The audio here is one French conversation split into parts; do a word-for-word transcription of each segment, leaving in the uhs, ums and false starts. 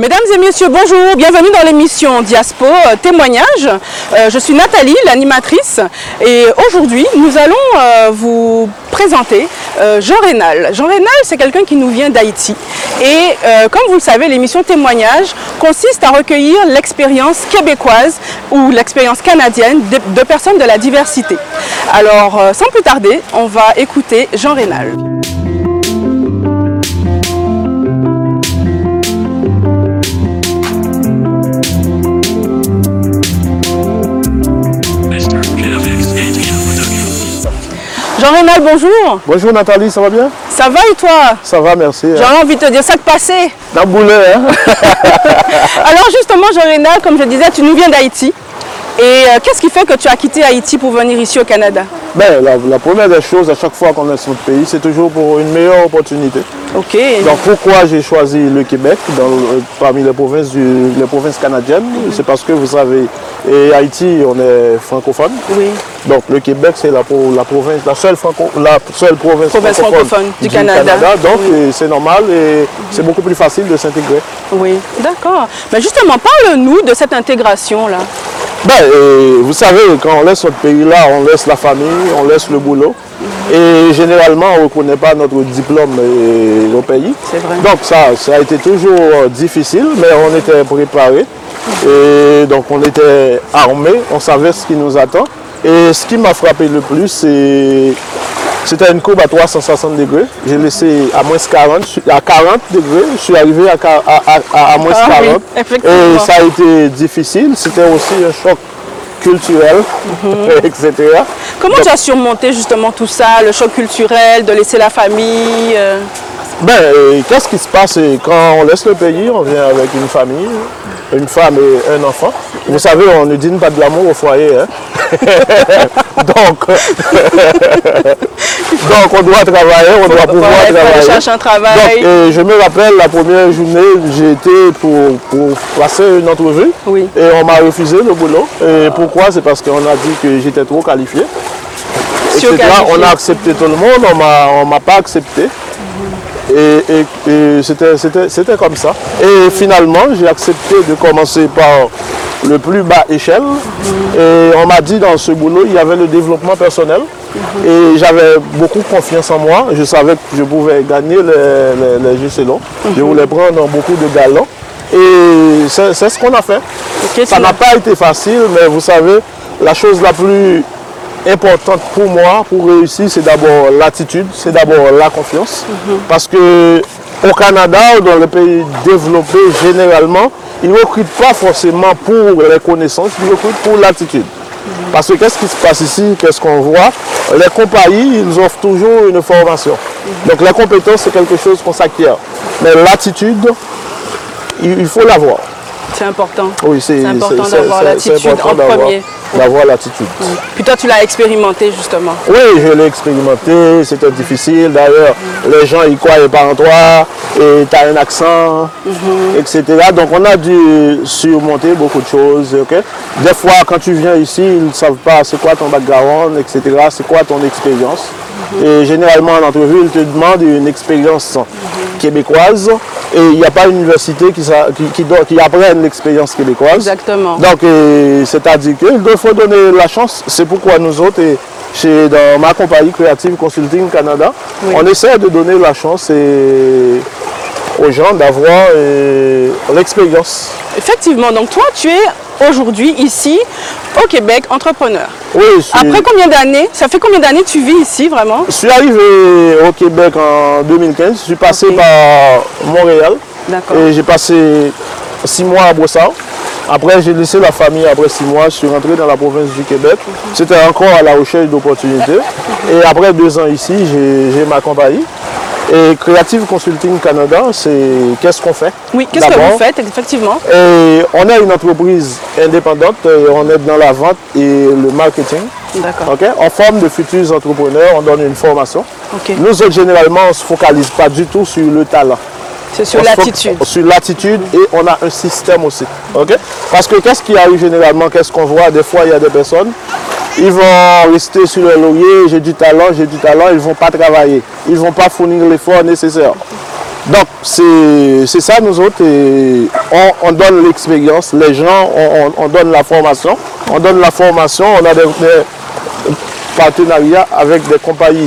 Mesdames et messieurs, bonjour, bienvenue dans l'émission Diaspo euh, Témoignages. Euh, je suis Nathalie, l'animatrice, et aujourd'hui nous allons euh, vous présenter euh, Jean Rénal. Jean Rénal, c'est quelqu'un qui nous vient d'Haïti et euh, comme vous le savez, l'émission Témoignages consiste à recueillir l'expérience québécoise ou l'expérience canadienne de, de personnes de la diversité. Alors, euh, sans plus tarder, on va écouter Jean Rénal. Jean Rénal, bonjour. Bonjour Nathalie, ça va bien? Ça va et toi? Ça va, merci. J'aurais envie de te dire ça de passer. Dans le boulet, hein? Alors justement, Jean Rénal, comme je disais, tu nous viens d'Haïti. Et euh, qu'est-ce qui fait que tu as quitté Haïti pour venir ici au Canada? Ben, la, la première des choses, à chaque fois qu'on est sur notre pays, c'est toujours pour une meilleure opportunité. Ok. Donc pourquoi j'ai choisi le Québec dans le, parmi les provinces, du, les provinces canadiennes? Mm-hmm. C'est parce que vous savez, et Haïti, on est francophone. Oui. Donc le Québec, c'est la, la province, la seule, franco, la seule province, province francophone, francophone du, du Canada. Canada. Donc oui. c'est normal et mm-hmm. c'est beaucoup plus facile de s'intégrer. Oui, d'accord. Mais justement, parle-nous de cette intégration-là. Ben, euh, vous savez, quand on laisse notre pays-là, on laisse la famille, on laisse le boulot. Et généralement, on ne reconnaît pas notre diplôme euh, au pays. C'est vrai. Donc ça, ça a été toujours difficile, mais on était préparés. Et donc on était armés, on savait ce qui nous attend. Et ce qui m'a frappé le plus, c'est... C'était une courbe à trois cent soixante degrés. J'ai laissé à moins quarante, à quarante degrés. Je suis arrivé à, à, à, à moins ah, quarante. Oui, et ça a été difficile. C'était aussi un choc culturel, mm-hmm. et cetera. Comment Donc, tu as surmonté justement tout ça, le choc culturel, de laisser la famille euh... Ben, qu'est-ce qui se passe quand on laisse le pays, on vient avec une famille, une femme et un enfant. Vous savez, on ne dîne pas de l'amour au foyer. Hein? donc, donc, on doit travailler, on doit pouvoir ouais, travailler. Chercher un travail. Donc, euh, je me rappelle la première journée, j'ai été pour, pour passer une entrevue oui. et on m'a refusé le boulot. Et pourquoi? C'est parce qu'on a dit que j'étais trop qualifié. On a accepté tout le monde, on ne m'a pas accepté. Et, et, et c'était comme ça. Et finalement, j'ai accepté de commencer par le plus bas échelle. Mm-hmm. Et on m'a dit dans ce boulot, il y avait le développement personnel. Mm-hmm. Et j'avais beaucoup confiance en moi. Je savais que je pouvais gagner les, les, les J-Selon. Mm-hmm. Je voulais prendre beaucoup de galons. Et c'est ce qu'on a fait. Okay, ça n'a pas été facile, mais vous savez, la chose la plus importante pour moi, pour réussir, c'est d'abord l'attitude, c'est d'abord la confiance. Mm-hmm. Parce que au Canada, dans les pays développés, généralement, ils ne recrutent pas forcément pour les connaissances, ils recrutent pour l'attitude. Mm-hmm. Parce que qu'est-ce qui se passe ici, qu'est-ce qu'on voit? Les compagnies, ils offrent toujours une formation. Mm-hmm. Donc les compétences, c'est quelque chose qu'on s'acquiert. Mais l'attitude, il, il faut l'avoir. C'est important. Oui, c'est important d'avoir l'attitude en premier. D'avoir l'attitude. Mmh. Puis toi, tu l'as expérimenté justement. Oui, je l'ai expérimenté, c'était difficile. D'ailleurs, mmh. les gens, ils ne croyaient pas en toi, et tu as un accent, mmh. et cetera. Donc, on a dû surmonter beaucoup de choses. Okay? Des fois, quand tu viens ici, ils ne savent pas c'est quoi ton background, et cetera. C'est quoi ton expérience. Mmh. Et généralement, en entrevue, ils te demandent une expérience mmh. québécoise. Et il n'y a pas une université qui, qui, qui, qui apprenne l'expérience québécoise. Exactement. Donc, c'est-à-dire qu'il faut donner la chance. C'est pourquoi nous autres, et chez, dans ma compagnie Creative Consulting Canada, oui. on essaie de donner la chance et, aux gens d'avoir l'expérience. Effectivement. Donc, toi, tu es aujourd'hui ici au Québec entrepreneur. Oui. Je suis... Après combien d'années? Ça fait combien d'années que tu vis ici vraiment? Je suis arrivé au Québec en deux mille quinze. Je suis passé okay. par Montréal. D'accord. Et j'ai passé six mois à Brossard. Après, j'ai laissé la famille après six mois. Je suis rentré dans la province du Québec. Mm-hmm. C'était encore à la recherche d'opportunités. Mm-hmm. Et après deux ans ici, j'ai ma compagnie. Et Creative Consulting Canada, c'est qu'est-ce qu'on fait? Oui, qu'est-ce que vous faites effectivement? Et on est une entreprise indépendante, et on est dans la vente et le marketing. D'accord. Okay? On forme de futurs entrepreneurs, on donne une formation. Okay. Nous autres, généralement, on ne se focalise pas du tout sur le talent. C'est sur l'attitude. Sur l'attitude et on a un système aussi. Okay? Parce que qu'est-ce qui arrive généralement? Qu'est-ce qu'on voit? Des fois, il y a des personnes, ils vont rester sur le laurier, j'ai du talent, j'ai du talent, ils ne vont pas travailler. Ils ne vont pas fournir l'effort nécessaire. Donc, c'est ça, nous autres, et on, on donne l'expérience, les gens, on, on, on donne la formation, on donne la formation, on a des, des partenariats avec des compagnies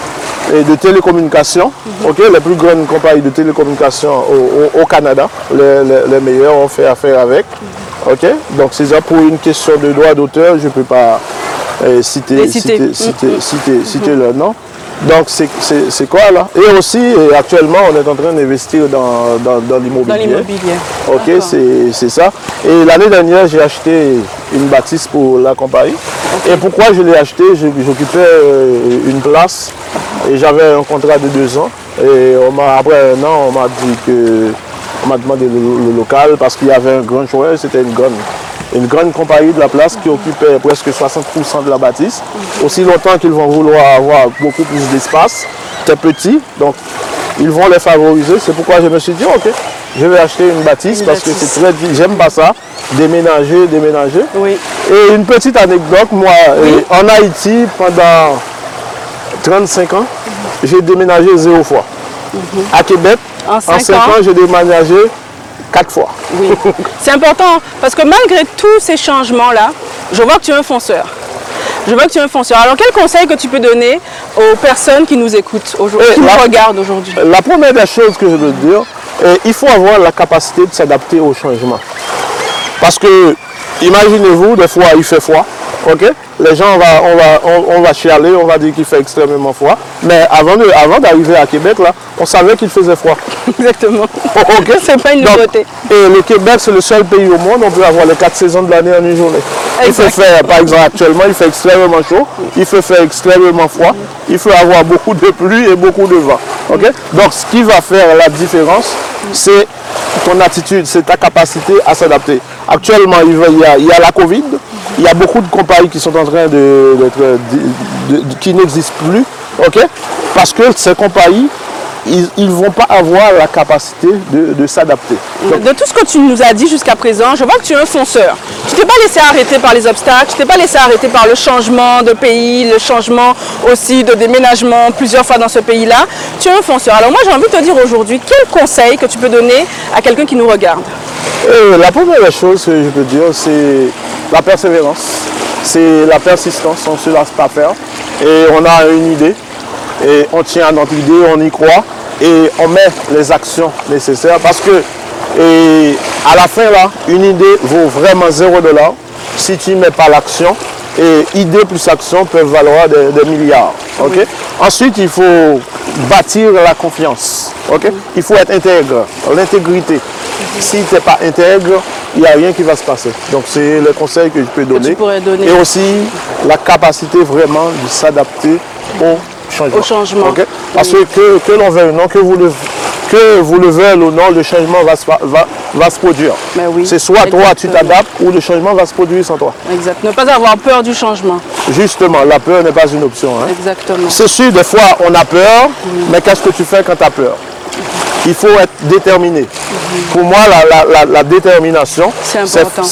et de télécommunications, mm-hmm. okay, les plus grandes compagnies de télécommunications au, au, au Canada, les, les, les meilleurs, on fait affaire avec. Mm-hmm. Okay? Donc, c'est ça, pour une question de droit d'auteur, je ne peux pas euh, citer, citer, mm-hmm. citer, citer, mm-hmm. citer leur nom. Donc, c'est quoi là? Et aussi, et actuellement, on est en train d'investir dans, dans, dans l'immobilier. Dans l'immobilier. Ok, c'est ça. Et l'année dernière, j'ai acheté une bâtisse pour la compagnie. Okay. Et pourquoi je l'ai acheté? J'occupais une place et j'avais un contrat de deux ans. Et on après un an, on m'a dit que on m'a demandé le, le local parce qu'il y avait un grand joueur, c'était une grande. Une grande compagnie de la place qui occupait presque soixante pour cent de la bâtisse. Aussi longtemps qu'ils vont vouloir avoir beaucoup plus d'espace, c'est petit, donc ils vont les favoriser. C'est pourquoi je me suis dit, ok, je vais acheter une bâtisse une parce bâtisse. que c'est très, j'aime pas ça, déménager, déménager. Oui. Et une petite anecdote, moi, oui. en Haïti, pendant trente-cinq ans, mm-hmm. j'ai déménagé zéro fois. Mm-hmm. À Québec, en cinq ans, ans j'ai déménagé quatre fois. Oui, c'est important parce que malgré tous ces changements-là, je vois que tu es un fonceur. Je vois que tu es un fonceur. Alors, quel conseil que tu peux donner aux personnes qui nous écoutent aujourd'hui, qui la, nous regardent aujourd'hui? La première des choses que je veux dire, eh, il faut avoir la capacité de s'adapter au changement. Parce que, imaginez-vous, des fois, il fait froid. Ok, les gens, on va, on va, on, on va chialer, on va dire qu'il fait extrêmement froid. Mais avant de, avant d'arriver à Québec, là, on savait qu'il faisait froid. Exactement. Ok, c'est pas une nouveauté. Et le Québec, c'est le seul pays au monde où on peut avoir les quatre saisons de l'année en une journée. Il fait faire, par exemple, actuellement, il fait extrêmement chaud, il fait faire extrêmement froid, il faut avoir beaucoup de pluie et beaucoup de vent. Ok, donc ce qui va faire la différence, c'est ton attitude, c'est ta capacité à s'adapter. Actuellement, il y a, il y a la Covid. Il y a beaucoup de compagnies qui sont en train de, de, de, de, de qui n'existent plus, ok? Parce que ces compagnies, ils ne vont pas avoir la capacité de, de s'adapter. De tout ce que tu nous as dit jusqu'à présent, je vois que tu es un fonceur. Tu ne t'es pas laissé arrêter par les obstacles, tu ne t'es pas laissé arrêter par le changement de pays, le changement aussi de déménagement plusieurs fois dans ce pays-là. Tu es un fonceur. Alors moi, j'ai envie de te dire aujourd'hui, quel conseil que tu peux donner à quelqu'un qui nous regarde? Euh, la première chose que je peux dire, c'est la persévérance, c'est la persistance, on ne se lasse pas faire. Et on a une idée, et on tient à notre idée, on y croit, et on met les actions nécessaires. Parce que, et à la fin, là, une idée vaut vraiment zéro dollar si tu ne mets pas l'action. Et idée plus action peuvent valoir des, des milliards. Okay? Oui. Ensuite, il faut bâtir la confiance. Okay? Il faut être intègre, l'intégrité. Si tu n'es pas intègre, il n'y a rien qui va se passer. Donc, c'est le conseil que je peux donner. donner. Et aussi, la capacité vraiment de s'adapter au changement. Au changement. Okay? Parce oui. que, que l'on veuille ou non, que vous le, que vous le veuillez ou non, le changement va se, va, va se produire. Oui. C'est soit Exactement. toi, tu t'adaptes, ou le changement va se produire sans toi. Exact. Ne pas avoir peur du changement. Justement, la peur n'est pas une option. Hein? Exactement. C'est sûr, des fois, on a peur, oui. mais qu'est-ce que tu fais quand tu as peur? Il faut être déterminé. Mmh. Pour moi, la, la, la, la détermination, c'est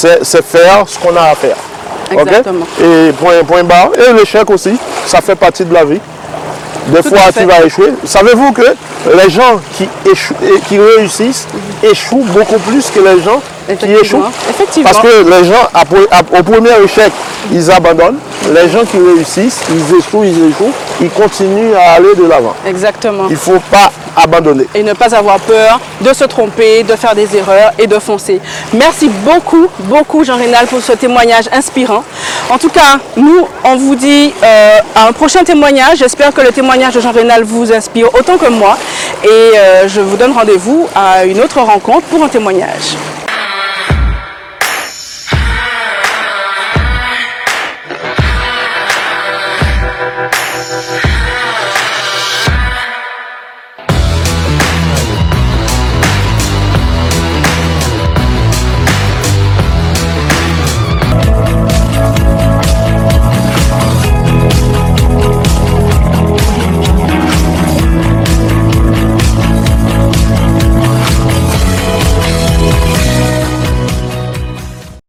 faire ce qu'on a à faire. Exactement. Okay? Et point, point barre. Et l'échec aussi, ça fait partie de la vie. Des Tout fois, tu vas échouer. Savez-vous que les gens qui, échouent, qui réussissent mmh. échouent beaucoup plus que les gens qui échouent? Effectivement. Parce que les gens, au premier échec, ils abandonnent. Les gens qui réussissent, ils échouent, ils échouent, ils continuent à aller de l'avant. Exactement. Il ne faut pas abandonner. Et ne pas avoir peur de se tromper, de faire des erreurs et de foncer. Merci beaucoup, beaucoup Jean-Rénal pour ce témoignage inspirant. En tout cas, nous, on vous dit euh, à un prochain témoignage. J'espère que le témoignage de Jean-Rénal vous inspire autant que moi. Et euh, je vous donne rendez-vous à une autre rencontre pour un témoignage.